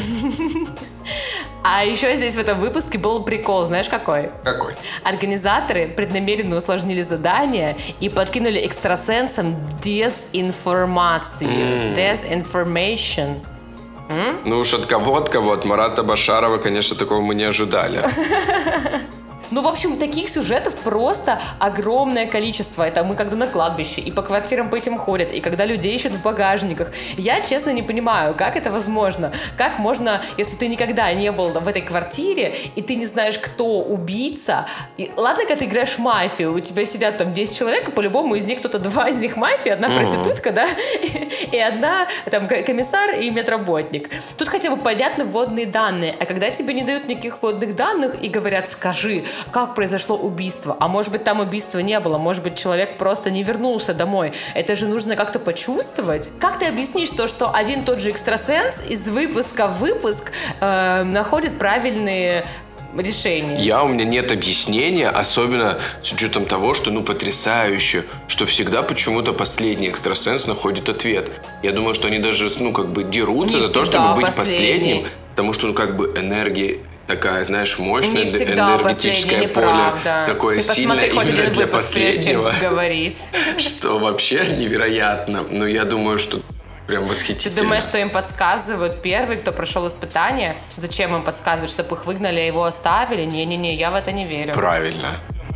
А еще здесь в этом выпуске был прикол, знаешь какой? Какой? Организаторы преднамеренно усложнили задание и подкинули экстрасенсам дезинформацию. Mm. Desinformation. Mm? Ну уж от кого, от кого, от Марата Башарова, конечно, такого мы не ожидали. Ну, в общем, таких сюжетов просто огромное количество. Это мы когда на кладбище, и по квартирам по этим ходят, и когда людей ищут в багажниках. Я, честно, не понимаю, как это возможно. Как можно, если ты никогда не был в этой квартире, и ты не знаешь, кто убийца. И, ладно, когда ты играешь в мафию, у тебя сидят там десять человек, и по-любому из них кто-то, два из них мафия, одна проститутка, да, и, и одна там комиссар и медработник. Тут хотя бы понятны вводные данные. А когда тебе не дают никаких вводных данных и говорят: скажи, как произошло убийство. А может быть, там убийства не было. Может быть, человек просто не вернулся домой. Это же нужно как-то почувствовать. Как ты объяснишь то, что один тот же экстрасенс из выпуска в выпуск э, находит правильные решения? Я, у меня нет объяснения, особенно с учетом того, что, ну, потрясающе, что всегда почему-то последний экстрасенс находит ответ. Я думаю, что они даже, ну, как бы дерутся не за то, чтобы быть последний. последним, потому что, ну, как бы энергия такая, знаешь, мощная, не всегда энергетическое поле, неправда. такое Ты сильное именно для выпуск, последнего, говорить. что вообще невероятно. Но я думаю, что прям восхитительно. Ты думаешь, что им подсказывают первый, кто прошел испытание? Зачем им подсказывать, чтобы их выгнали, а его оставили? Не-не-не, я в это не верю. Правильно.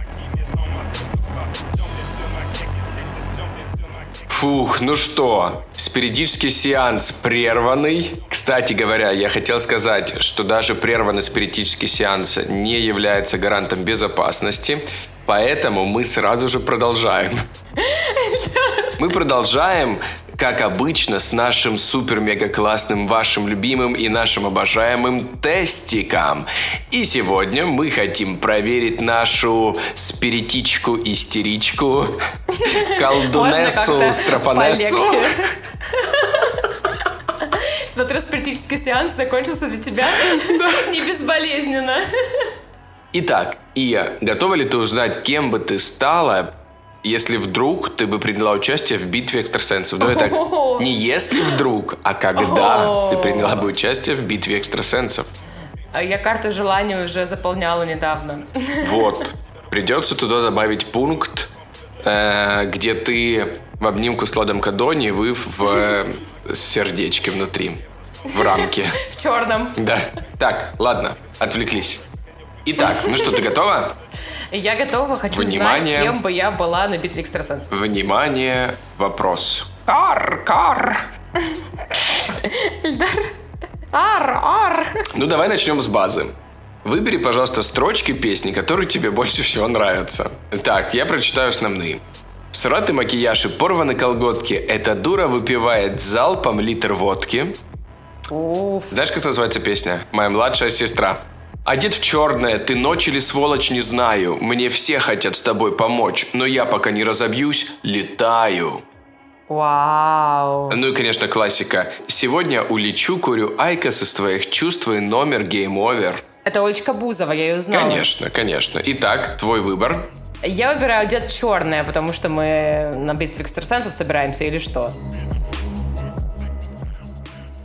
Фух, ну что, спиритический сеанс прерванный. Кстати говоря, я хотел сказать, что даже прерванный спиритический сеанс не является гарантом безопасности, поэтому мы сразу же продолжаем. Мы продолжаем, как обычно, с нашим супер-мега-классным, вашим любимым и нашим обожаемым тестиком. И сегодня мы хотим проверить нашу спиритичку-истеричку, колдунессу, стропонессу. Смотрю, спиритический сеанс закончился для тебя не безболезненно. Итак, Ия, готова ли ты узнать, кем бы ты стала, если вдруг ты бы приняла участие в битве экстрасенсов? Давай так, не если вдруг, а когда ты приняла бы участие в битве экстрасенсов. Я карту желаний уже заполняла недавно. Вот, придется туда добавить пункт, э, где ты в обнимку с Ладом Кадони, вы в э, сердечке внутри, в рамке. В черном. Да. Так, ладно, отвлеклись. Итак, ну что, ты готова? Я готова, хочу Внимание. знать, кем бы я была на битве экстрасенсов. Внимание, вопрос. Кар, кар. Эльдар. Ар, ар. Ну, давай начнем с базы. Выбери, пожалуйста, строчки песни, которые тебе больше всего нравятся. Так, я прочитаю основные. Всратый макияж и порваны колготки. Эта дура выпивает залпом литр водки. Уф. Знаешь, как называется песня? «Моя младшая сестра». Одет в черное, ты ночь или сволочь, не знаю. Мне все хотят с тобой помочь, но я пока не разобьюсь, летаю. Вау. Ну и, конечно, классика. Сегодня улечу, курю айкос из твоих чувств и номер гейм-овер. Это Олечка Бузова, я ее знала. Конечно, конечно. Итак, твой выбор. Я выбираю одет черное, потому что мы на битве экстрасенсов собираемся или что?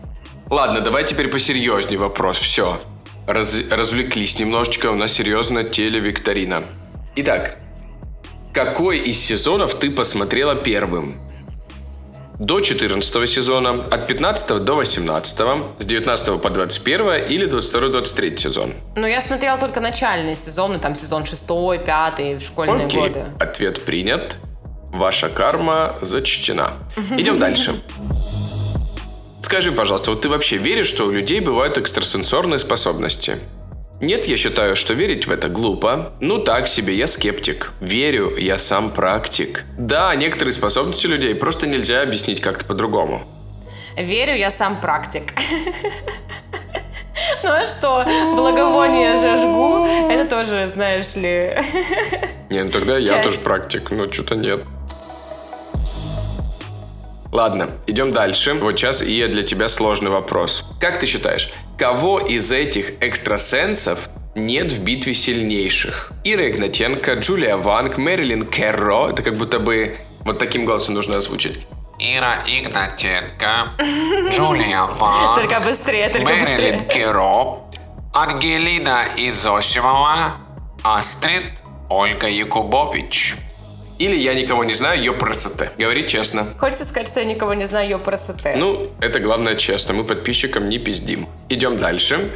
Ладно, давай теперь посерьезнее вопрос. Все. Раз, развлеклись немножечко. У нас серьезно телевикторина. Итак, какой из сезонов ты посмотрела первым? До четырнадцатого сезона, от пятнадцатого до восемнадцатого, с девятнадцатого по двадцать первое или двадцать второй двадцать третий сезон? Ну, я смотрела только начальные сезоны, там сезон шестой, пятый, в школьные Окей. годы. Ответ принят. Ваша карма зачтена. Идем дальше. Скажи, пожалуйста, вот ты вообще веришь, что у людей бывают экстрасенсорные способности? Нет, я считаю, что верить в это глупо. Ну так себе, я скептик. Верю, я сам практик. Да, некоторые способности людей просто нельзя объяснить как-то по-другому. Верю, я сам практик. Ну а что, благовоние же жгу, это тоже, знаешь ли... Не, ну тогда я тоже практик, но что-то нет. Ладно, идем дальше. Вот сейчас и для тебя сложный вопрос. Как ты считаешь, кого из этих экстрасенсов нет в битве сильнейших? Ира Игнатенко, Джулия Ванг, Мэрилин Керро. Это как будто бы вот таким голосом нужно озвучить. Ира Игнатенко, Джулия Ванг, Только быстрее, только быстрее. Мэрилин Керро, Ангелина Изосимова, Астрид, Ольга Якубович. Или я никого не знаю, ее красоты. Говори честно. Хочется сказать, что я никого не знаю, ее красоты. Ну, это главное честно. Мы подписчикам не пиздим. Идем дальше.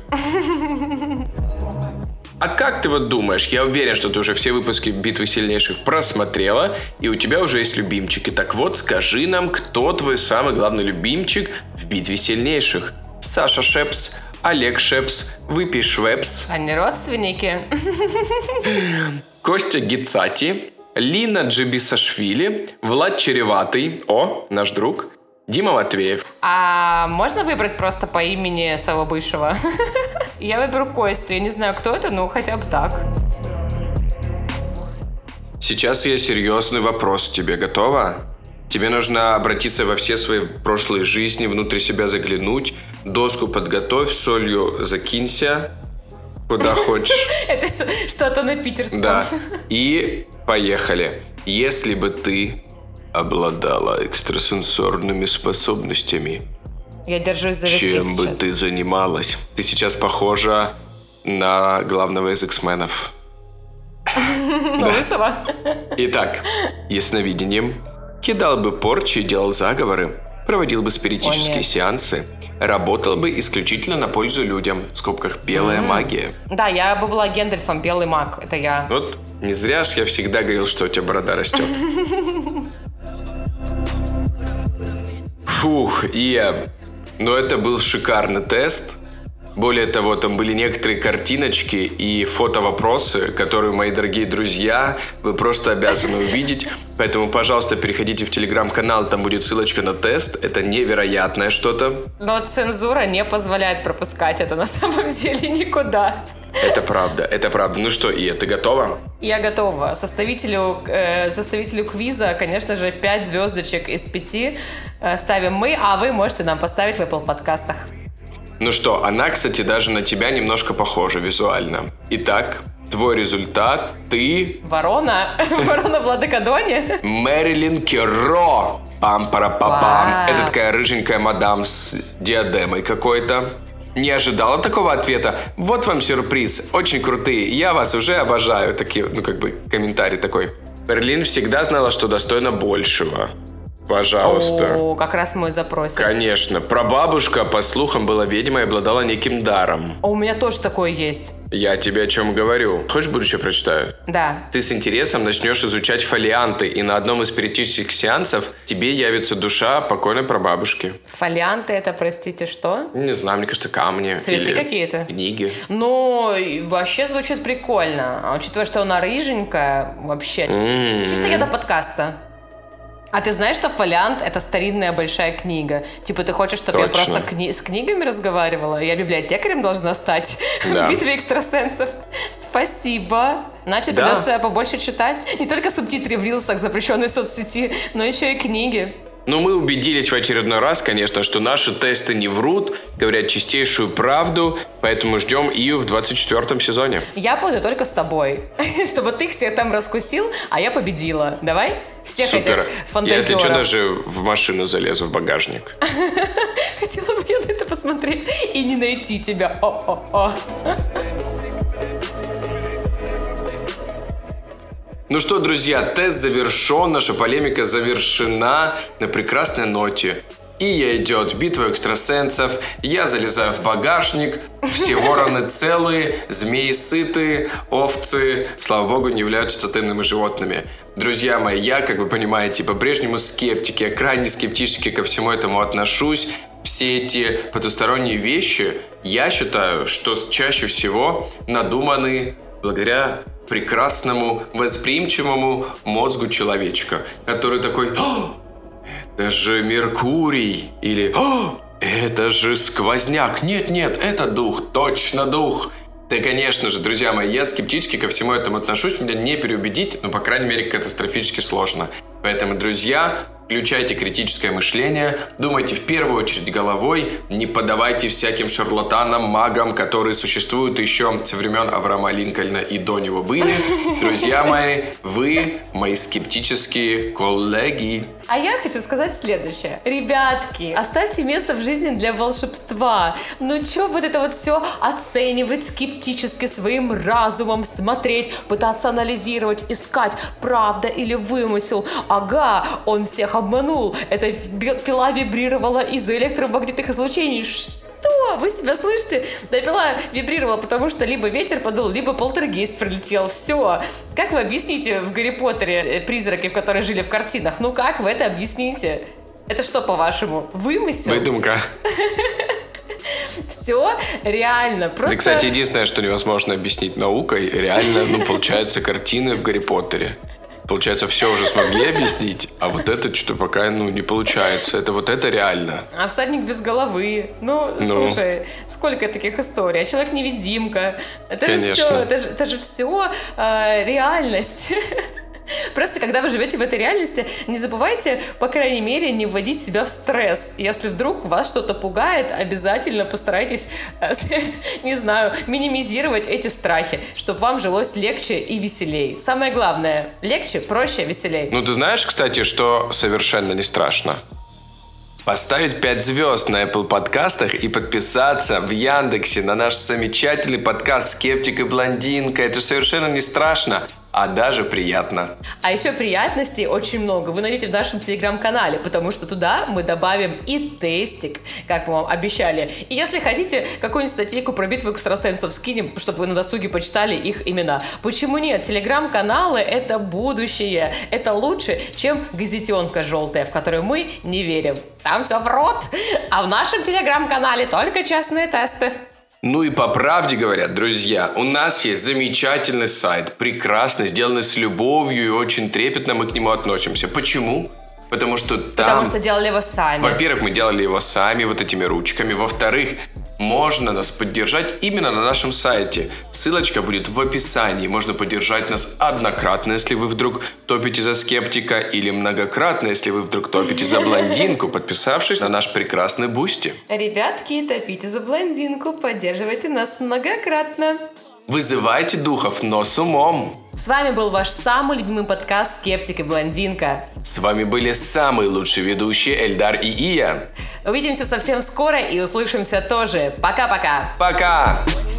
А как ты вот думаешь, я уверен, что ты уже все выпуски «Битвы сильнейших» просмотрела, и у тебя уже есть любимчики. Так вот, скажи нам, кто твой самый главный любимчик в «Битве сильнейших»? Саша Шепс, Олег Шепс, Выпей Швепс. Они родственники. Костя Гицати, Лина Джибисашвили, Влад Череватый, о, наш друг, Дима Матвеев. А можно выбрать просто по имени своего бывшего? Я выберу Костю, я не знаю, кто это, но хотя бы так. Сейчас я серьезный вопрос тебе. Готова? Тебе нужно обратиться во все свои прошлые жизни, внутрь себя заглянуть, доску подготовь, солью закинься, куда хочешь. Это что-то на питерском. Да. И поехали. Если бы ты обладала экстрасенсорными способностями, я держусь за виски чем бы сейчас. ты занималась? Ты сейчас похожа на главного из X-менов. Лысого? Итак, ясновидением кидал бы порчи, делал заговоры, проводил бы спиритические сеансы, работал бы исключительно на пользу людям. В скобках белая mm-hmm. магия. Да, я бы была Гендальфом, белый маг. Это я. Вот не зря ж я всегда говорил, что у тебя борода растет. Фух, Ия. Но это был шикарный тест. Более того, там были некоторые картиночки и фотовопросы, которые, мои дорогие друзья, вы просто обязаны увидеть. Поэтому, пожалуйста, переходите в телеграм-канал, там будет ссылочка на тест. Это невероятное что-то. Но цензура не позволяет пропускать это на самом деле никуда. Это правда, это правда. Ну что, Ия, ты готова? Я готова. Составителю, э, составителю квиза, конечно же, пять звездочек из пяти э, ставим мы, а вы можете нам поставить в Apple подкастах. Ну что, она, кстати, даже на тебя немножко похожа визуально. Итак, твой результат, ты... Ворона? Ворона в Ладокадоне? Мэрилин Керро. Пам-пара-па-пам. Вау. Это такая рыженькая мадам с диадемой какой-то. Не ожидала такого ответа? Вот вам сюрприз. Очень крутые. Я вас уже обожаю. Такие, ну, как бы, комментарий такой. Мэрилин всегда знала, что достойна большего. Пожалуйста. О, как раз мой запрос. Конечно. Прабабушка, по слухам, была ведьмой и обладала неким даром. А у меня тоже такое есть. Я тебе о чем говорю. Хочешь, будущее прочитаю? Да. Ты с интересом начнешь изучать фолианты, и на одном из спиритических сеансов тебе явится душа покойной прабабушки. Фолианты это, простите, что? Не знаю, мне кажется, камни. Цветы или какие-то? Книги. Ну, вообще звучит прикольно. А учитывая, что она рыженькая, вообще. М-м-м. Чисто я до подкаста. А ты знаешь, что фолиант — это старинная большая книга? Типа ты хочешь, чтобы Точно. я просто кни- с книгами разговаривала? Я библиотекарем должна стать Да. в битве экстрасенсов. Спасибо. Значит, Да. придется побольше читать. Не только субтитры в рилсах запрещенной соцсети, но еще и книги. Но мы убедились в очередной раз, конечно, что наши тесты не врут, говорят чистейшую правду, поэтому ждем Ию в двадцать четвёртом сезоне. Я пойду только с тобой, чтобы ты всех там раскусил, а я победила. Давай? Всех Супер. этих фантазеров. Я, если что, даже в машину залезу, в багажник. Хотела бы я на это посмотреть и не найти тебя. О-о-о. Ну что, друзья, тест завершен, наша полемика завершена на прекрасной ноте. Ия идет в битву экстрасенсов, я залезаю в багажник, все вороны целые, змеи сытые, овцы, слава богу, не являются тотемными животными. Друзья мои, я, как вы понимаете, по-прежнему скептик, я крайне скептически ко всему этому отношусь. Все эти потусторонние вещи, я считаю, что чаще всего надуманы благодаря прекрасному, восприимчивому мозгу человечка, который такой: «О, это же Меркурий!» Или «О, это же сквозняк! Нет-нет, это дух, точно дух!» Да, конечно же, друзья мои, я скептически ко всему этому отношусь, меня не переубедить, но, по крайней мере, катастрофически сложно. Поэтому, друзья, включайте критическое мышление, думайте в первую очередь головой, не поддавайте всяким шарлатанам, магам, которые существуют еще со времен Авраама Линкольна и до него были. Друзья мои, вы мои скептические коллеги. А я хочу сказать следующее. Ребятки, оставьте место в жизни для волшебства. Ну чё вот это вот все оценивать скептически своим разумом, смотреть, пытаться анализировать, искать, правда или вымысел. Ага, он всех обманул. Эта пила вибрировала из-за электромагнитных излучений. Что? Вы себя слышите? Да, пила вибрировала, потому что либо ветер подул, либо полтергейст прилетел. Все. Как вы объясните в Гарри Поттере призраки, которые жили в картинах? Ну как вы это объясните? Это что, по-вашему, вымысел? Выдумка. Все реально. Просто... Да, кстати, единственное, что невозможно объяснить наукой, реально, ну, получается, картины в Гарри Поттере. Получается, все уже смогли объяснить, а вот это что-то пока, ну, не получается. Это вот это реально. А всадник без головы. Ну, ну. слушай, сколько таких историй. А человек-невидимка. Это Конечно. же все, это же, это же все э, реальность. Просто, когда вы живете в этой реальности, не забывайте, по крайней мере, не вводить себя в стресс. Если вдруг вас что-то пугает, обязательно постарайтесь, не знаю, минимизировать эти страхи, чтобы вам жилось легче и веселей. Самое главное, легче, проще, веселей. Ну, ты знаешь, кстати, что совершенно не страшно? Поставить пять звезд на Apple подкастах и подписаться в Яндексе на наш замечательный подкаст «Скептик и блондинка». Это совершенно не страшно, а даже приятно. А еще приятностей очень много вы найдете в нашем телеграм-канале, потому что туда мы добавим и тестик, как мы вам обещали. И если хотите, какую-нибудь статейку про битву экстрасенсов скинем, чтобы вы на досуге почитали их имена. Почему нет? Телеграм-каналы — это будущее. Это лучше, чем газетенка желтая, в которую мы не верим. Там все врут. А в нашем телеграм-канале только честные тесты. Ну и по правде говорят, друзья, у нас есть замечательный сайт, прекрасный, сделанный с любовью и очень трепетно мы к нему относимся. Почему? Потому что там... Потому что делали его сами. Во-первых, мы делали его сами, вот этими ручками. Во-вторых, можно нас поддержать именно на нашем сайте. Ссылочка будет в описании. Можно поддержать нас однократно, если вы вдруг топите за скептика, или многократно, если вы вдруг топите за блондинку, подписавшись на наш прекрасный Бусти. Ребятки, топите за блондинку, поддерживайте нас многократно. Вызывайте духов, но с умом. С вами был ваш самый любимый подкаст «Скептик и блондинка». С вами были самые лучшие ведущие Эльдар и Ия. Увидимся совсем скоро и услышимся тоже. Пока-пока. Пока.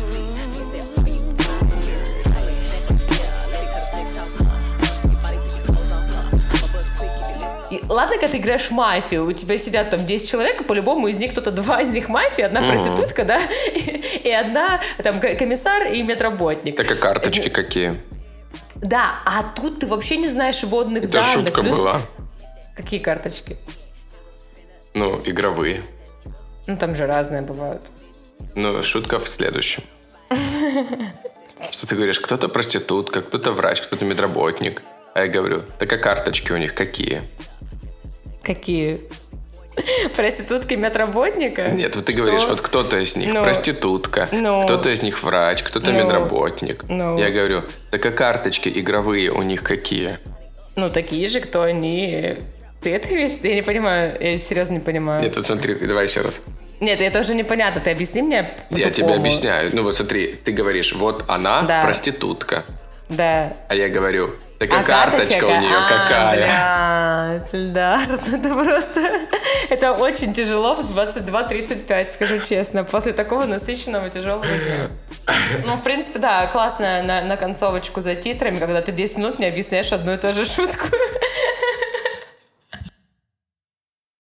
И ладно, когда ты играешь в мафию, у тебя сидят там десять человек, и по-любому из них кто-то, два из них мафия, одна проститутка, да, и, и одна там комиссар и медработник. Так, а карточки какие? Да, а тут ты вообще не знаешь водных Это данных. шутка Плюс... была. Какие карточки? Ну, игровые. Ну, там же разные бывают. Ну, шутка в следующем. Что ты говоришь, кто-то проститутка, кто-то врач, кто-то медработник. А я говорю, так а карточки у них какие? Какие? Проститутки медработника? Нет, вот ты Что? говоришь, вот кто-то из них ну, проститутка, ну, кто-то из них врач, кто-то ну, медработник. ну. Я говорю, так а карточки игровые у них какие? Ну, такие же, кто они Ты это имеешь в виду? Я не понимаю, я серьезно не понимаю. Нет, вот смотри, ты давай еще раз. Нет, это уже непонятно, ты объясни мне Я тебе объясняю. Ну вот смотри, ты говоришь, вот она Да. проститутка. Да. А я говорю, такая А карточка, карточка у нее а, какая? какая. Блядь, Эльдар, это просто... Это очень тяжело в двадцать два тридцать пять, скажу честно, после такого насыщенного тяжелого дня. Ну, в принципе, да, классно на, на концовочку за титрами, когда ты десять минут не объясняешь одну и ту же шутку.